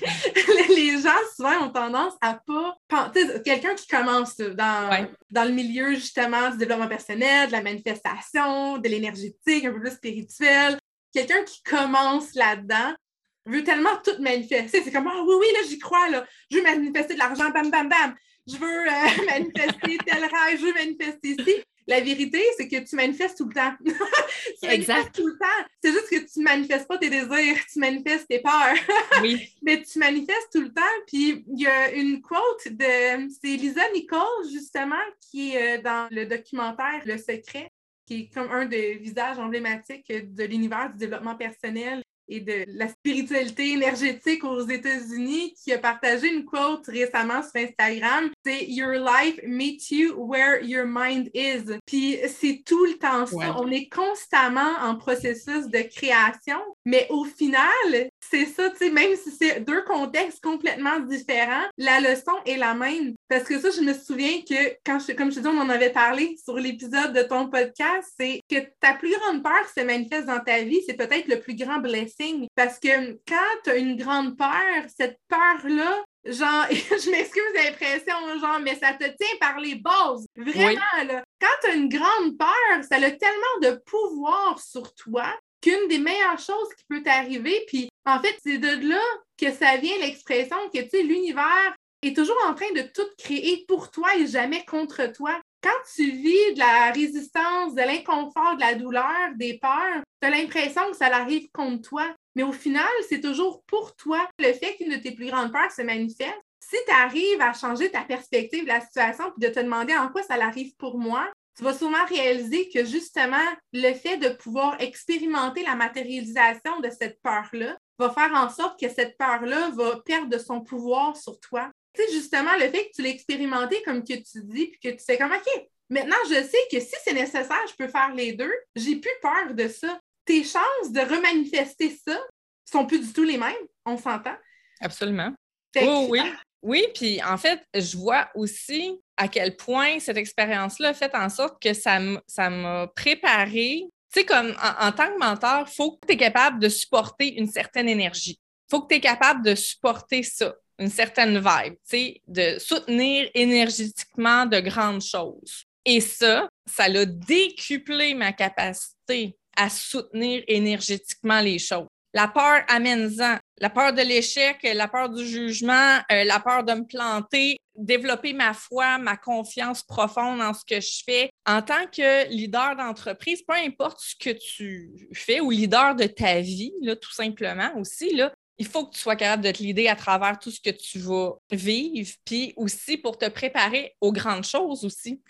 les gens, souvent, ont tendance à pas... Quelqu'un qui commence dans le milieu, justement, du développement personnel, de la manifestation, de l'énergétique, un peu plus spirituel, quelqu'un qui commence là-dedans veut tellement tout manifester. C'est comme, ah oui, là, j'y crois, là. Je veux manifester de l'argent, bam, bam, bam. Je veux manifester tel rêve, je veux manifester ici. La vérité, c'est que tu manifestes tout le temps. Tu manifestes tout le temps. C'est juste que tu ne manifestes pas tes désirs, tu manifestes tes peurs. Oui. Mais tu manifestes tout le temps. Puis il y a une quote c'est Lisa Nichols, justement, qui est dans le documentaire Le Secret, qui est comme un des visages emblématiques de l'univers du développement personnel et de la spiritualité énergétique aux États-Unis, qui a partagé une quote récemment sur Instagram. C'est « Your life meets you where your mind is ». Puis c'est tout le temps ça. Ouais. On est constamment en processus de création, mais au final, c'est ça, tu sais, même si c'est deux contextes complètement différents, la leçon est la même. Parce que ça, je me souviens que, comme je te dis, on en avait parlé sur l'épisode de ton podcast, c'est que ta plus grande peur se manifeste dans ta vie, c'est peut-être le plus grand blessing. Parce que quand tu as une grande peur, cette peur-là, genre, je m'excuse l'impression, genre, mais ça te tient par les bases. Vraiment, là. Quand tu as une grande peur, ça a tellement de pouvoir sur toi qu'une des meilleures choses qui peut t'arriver, puis en fait, c'est de là que ça vient l'expression que, tu sais, l'univers est toujours en train de tout créer pour toi et jamais contre toi. Quand tu vis de la résistance, de l'inconfort, de la douleur, des peurs, tu as l'impression que ça arrive contre toi. Mais au final, c'est toujours pour toi. Le fait qu'une de tes plus grandes peurs se manifeste, si tu arrives à changer ta perspective de la situation et de te demander en quoi ça arrive pour moi, tu vas sûrement réaliser que justement, le fait de pouvoir expérimenter la matérialisation de cette peur-là va faire en sorte que cette peur-là va perdre de son pouvoir sur toi. Tu sais, justement, le fait que tu l'as expérimenté comme que tu dis, puis que tu sais comme, OK, maintenant, je sais que si c'est nécessaire, je peux faire les deux. J'ai plus peur de ça. Tes chances de remanifester ça sont plus du tout les mêmes, on s'entend? Absolument. Oh, oui. Oui, puis en fait, je vois aussi à quel point cette expérience-là a fait en sorte que ça m'a préparé. Tu sais, comme en tant que mentor, il faut que tu es capable de supporter une certaine énergie. Il faut que tu es capable de supporter ça, une certaine vibe, tu sais, de soutenir énergétiquement de grandes choses. Et ça l'a décuplé ma capacité à soutenir énergétiquement les choses. La peur amène-en. La peur de l'échec, la peur du jugement, la peur de me planter, développer ma foi, ma confiance profonde en ce que je fais. En tant que leader d'entreprise, peu importe ce que tu fais ou leader de ta vie, là, tout simplement aussi, là, il faut que tu sois capable de te leader à travers tout ce que tu vas vivre, puis aussi pour te préparer aux grandes choses aussi.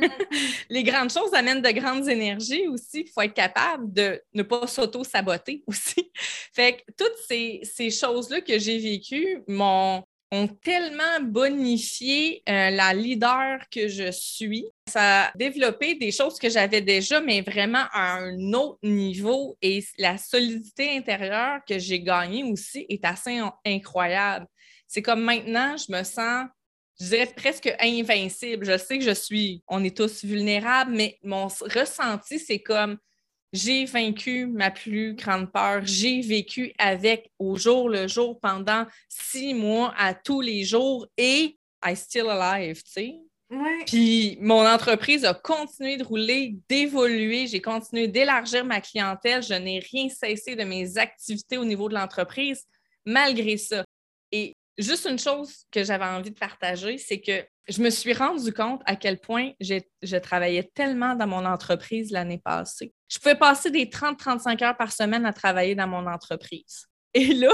Les grandes choses amènent de grandes énergies aussi. Il faut être capable de ne pas s'auto-saboter aussi. Fait que toutes ces choses-là que j'ai vécues ont tellement bonifié la leader que je suis. Ça a développé des choses que j'avais déjà, mais vraiment à un autre niveau. Et la solidité intérieure que j'ai gagnée aussi est assez incroyable. C'est comme maintenant, je me sens, je dirais presque invincible. Je sais que on est tous vulnérables, mais mon ressenti, c'est comme j'ai vaincu ma plus grande peur. J'ai vécu avec au jour le jour pendant 6 mois à tous les jours et I still alive, tu sais. Ouais. Puis mon entreprise a continué de rouler, d'évoluer. J'ai continué d'élargir ma clientèle. Je n'ai rien cessé de mes activités au niveau de l'entreprise malgré ça. Et juste une chose que j'avais envie de partager, c'est que je me suis rendu compte à quel point je travaillais tellement dans mon entreprise l'année passée. Je pouvais passer des 30-35 heures par semaine à travailler dans mon entreprise. Et là,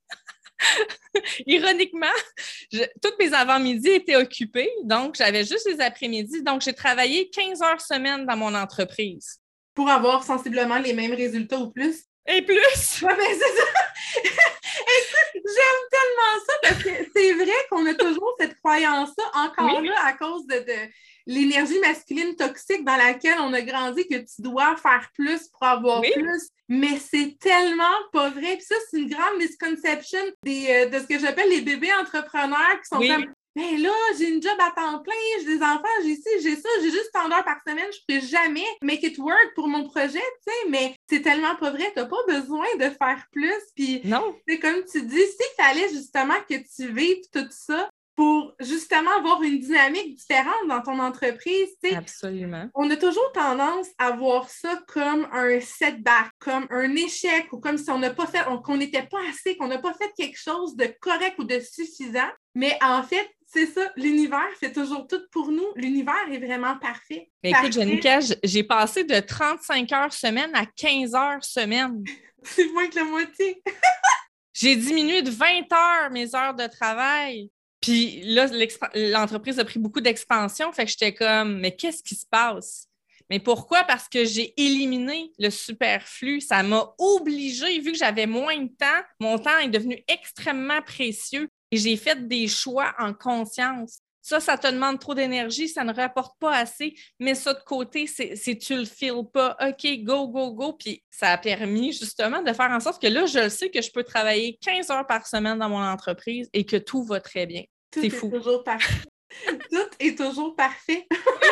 ironiquement, toutes mes avant-midi étaient occupées, donc j'avais juste les après-midi. Donc, j'ai travaillé 15 heures semaine dans mon entreprise. Pour avoir sensiblement les mêmes résultats ou plus. Et plus! Ouais, ben c'est ça! Écoute, j'aime tellement ça parce que c'est vrai qu'on a toujours cette croyance-là, encore là, à cause de l'énergie masculine toxique dans laquelle on a grandi, que tu dois faire plus pour avoir plus. Mais c'est tellement pas vrai. Puis ça, c'est une grande misconception de ce que j'appelle les bébés entrepreneurs qui sont comme mais là, j'ai une job à temps plein, j'ai des enfants, j'ai ci, j'ai ça, j'ai juste tant d'heures par semaine, je peux jamais make it work pour mon projet, tu sais, mais c'est tellement pas vrai, t'as pas besoin de faire plus, puis Non, c'est comme tu dis, s'il fallait justement que tu vives tout ça pour justement avoir une dynamique différente dans ton entreprise, tu sais, absolument. on a toujours tendance à voir ça comme un setback, comme un échec, ou comme si on n'a pas fait, qu'on n'était pas assez, qu'on n'a pas fait quelque chose de correct ou de suffisant. Mais en fait, c'est ça, l'univers fait toujours tout pour nous. L'univers est vraiment parfait. Mais écoute, Parfait. Janica, j'ai passé de 35 heures semaine à 15 heures semaine. C'est moins que la moitié. J'ai diminué de 20 heures mes heures de travail. Puis là, l'entreprise a pris beaucoup d'expansion. Fait que j'étais comme, mais qu'est-ce qui se passe? Mais pourquoi? Parce que j'ai éliminé le superflu. Ça m'a obligée, vu que j'avais moins de temps, mon temps est devenu extrêmement précieux et j'ai fait des choix en conscience. Ça te demande trop d'énergie, ça ne rapporte pas assez, mets ça de côté, c'est tu le files pas. OK, go, go, go. Puis ça a permis justement de faire en sorte que là, je sais que je peux travailler 15 heures par semaine dans mon entreprise et que tout va très bien. Tout C'est est fou. toujours parfait. Tout est toujours parfait.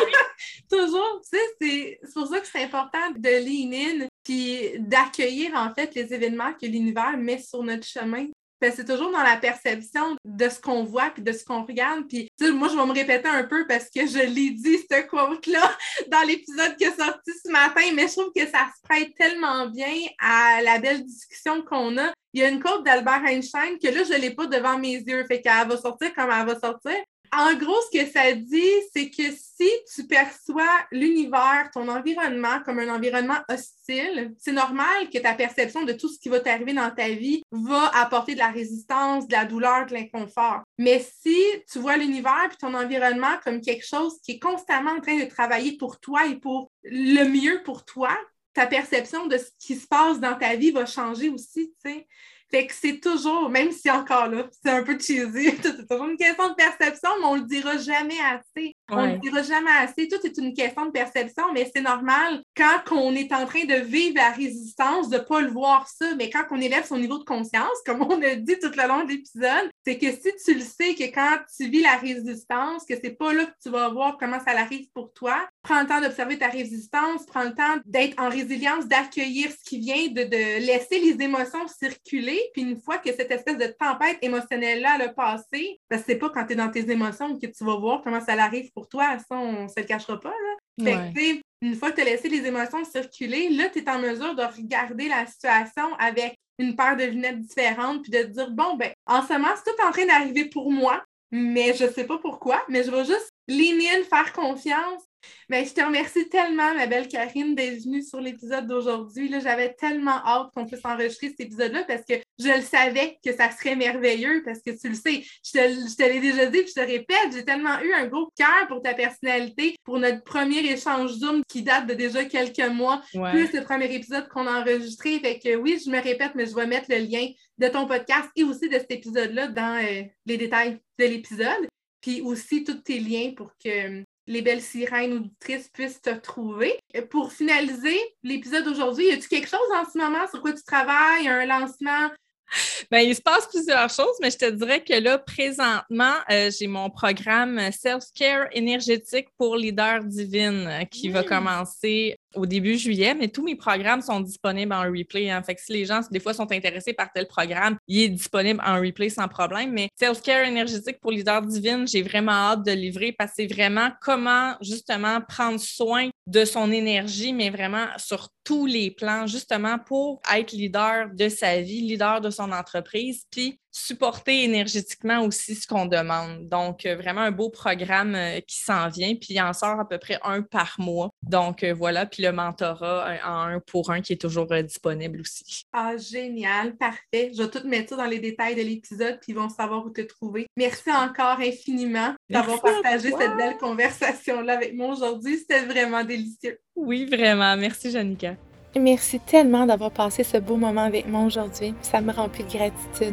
Toujours, tu sais, c'est pour ça que c'est important de lean in puis d'accueillir en fait les événements que l'univers met sur notre chemin. Parce que c'est toujours dans la perception de ce qu'on voit puis de ce qu'on regarde. Puis, tu sais, moi, je vais me répéter un peu parce que je l'ai dit, ce quote-là, dans l'épisode qui est sorti ce matin, mais je trouve que ça se prête tellement bien à la belle discussion qu'on a. Il y a une quote d'Albert Einstein que là, je ne l'ai pas devant mes yeux, fait qu'elle va sortir comme elle va sortir. En gros, ce que ça dit, c'est que si tu perçois l'univers, ton environnement comme un environnement hostile, c'est normal que ta perception de tout ce qui va t'arriver dans ta vie va apporter de la résistance, de la douleur, de l'inconfort. Mais si tu vois l'univers et ton environnement comme quelque chose qui est constamment en train de travailler pour toi et pour le mieux pour toi, ta perception de ce qui se passe dans ta vie va changer aussi, tu sais. Fait que c'est toujours, même si encore là, c'est un peu cheesy, c'est toujours une question de perception, mais on le dira jamais assez. On le dira jamais assez. Tout est une question de perception, mais c'est normal quand on est en train de vivre la résistance, de ne pas le voir ça, mais quand on élève son niveau de conscience, comme on a dit tout le long de l'épisode, c'est que si tu le sais que quand tu vis la résistance, que c'est pas là que tu vas voir comment ça arrive pour toi, prends le temps d'observer ta résistance, prends le temps d'être en résilience, d'accueillir ce qui vient, de laisser les émotions circuler, puis une fois que cette espèce de tempête émotionnelle-là a passé, parce que c'est pas quand tu es dans tes émotions que tu vas voir comment ça arrive pour toi, ça, on se le cachera pas, là. Fait que, une fois que tu as laissé les émotions circuler, là, tu es en mesure de regarder la situation avec une paire de lunettes différentes, puis de te dire, bon, ben, en ce moment, c'est tout en train d'arriver pour moi, mais je sais pas pourquoi, mais je vais juste lean in, faire confiance. Ben, je te remercie tellement, ma belle Karine, d'être venue sur l'épisode d'aujourd'hui. Là, j'avais tellement hâte qu'on puisse enregistrer cet épisode-là parce que je le savais que ça serait merveilleux parce que tu le sais, je te l'ai déjà dit puis je te répète, j'ai tellement eu un gros cœur pour ta personnalité, pour notre premier échange Zoom qui date de déjà quelques mois, plus le premier épisode qu'on a enregistré. Fait que oui, je me répète, mais je vais mettre le lien de ton podcast et aussi de cet épisode-là dans les détails de l'épisode. Puis aussi tous tes liens pour que les belles sirènes auditrices puissent te trouver. Pour finaliser l'épisode d'aujourd'hui, y a-tu quelque chose en ce moment sur quoi tu travailles, un lancement? Bien, il se passe plusieurs choses, mais je te dirais que là, présentement, j'ai mon programme Self-Care énergétique pour leader divine qui va commencer au début juillet, mais tous mes programmes sont disponibles en replay. Hein. Fait que si les gens, des fois, sont intéressés par tel programme, il est disponible en replay sans problème. Mais Self-Care énergétique pour leader divine, j'ai vraiment hâte de livrer parce que c'est vraiment comment, justement, prendre soin de son énergie, mais vraiment sur tous les plans, justement, pour être leader de sa vie, leader de son entreprise, puis supporter énergétiquement aussi ce qu'on demande. Donc, vraiment un beau programme qui s'en vient, puis il en sort à peu près un par mois. Donc, voilà, puis le mentorat en 1 pour 1 qui est toujours disponible aussi. Ah, génial, parfait. Je vais tout mettre ça dans les détails de l'épisode, puis ils vont savoir où te trouver. Merci encore infiniment d'avoir partagé cette belle conversation-là avec moi aujourd'hui. C'était vraiment délicieux. Oui, vraiment. Merci, Janica. Merci tellement d'avoir passé ce beau moment avec moi aujourd'hui. Ça me remplit de gratitude.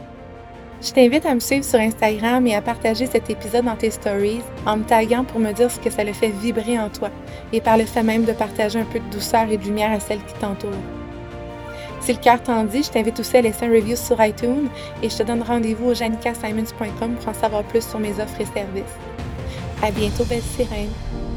Je t'invite à me suivre sur Instagram et à partager cet épisode dans tes stories en me taguant pour me dire ce que ça le fait vibrer en toi et par le fait même de partager un peu de douceur et de lumière à celles qui t'entourent. Si le cœur t'en dit, je t'invite aussi à laisser un review sur iTunes et je te donne rendez-vous au janicasimons.com pour en savoir plus sur mes offres et services. À bientôt, belle sirène!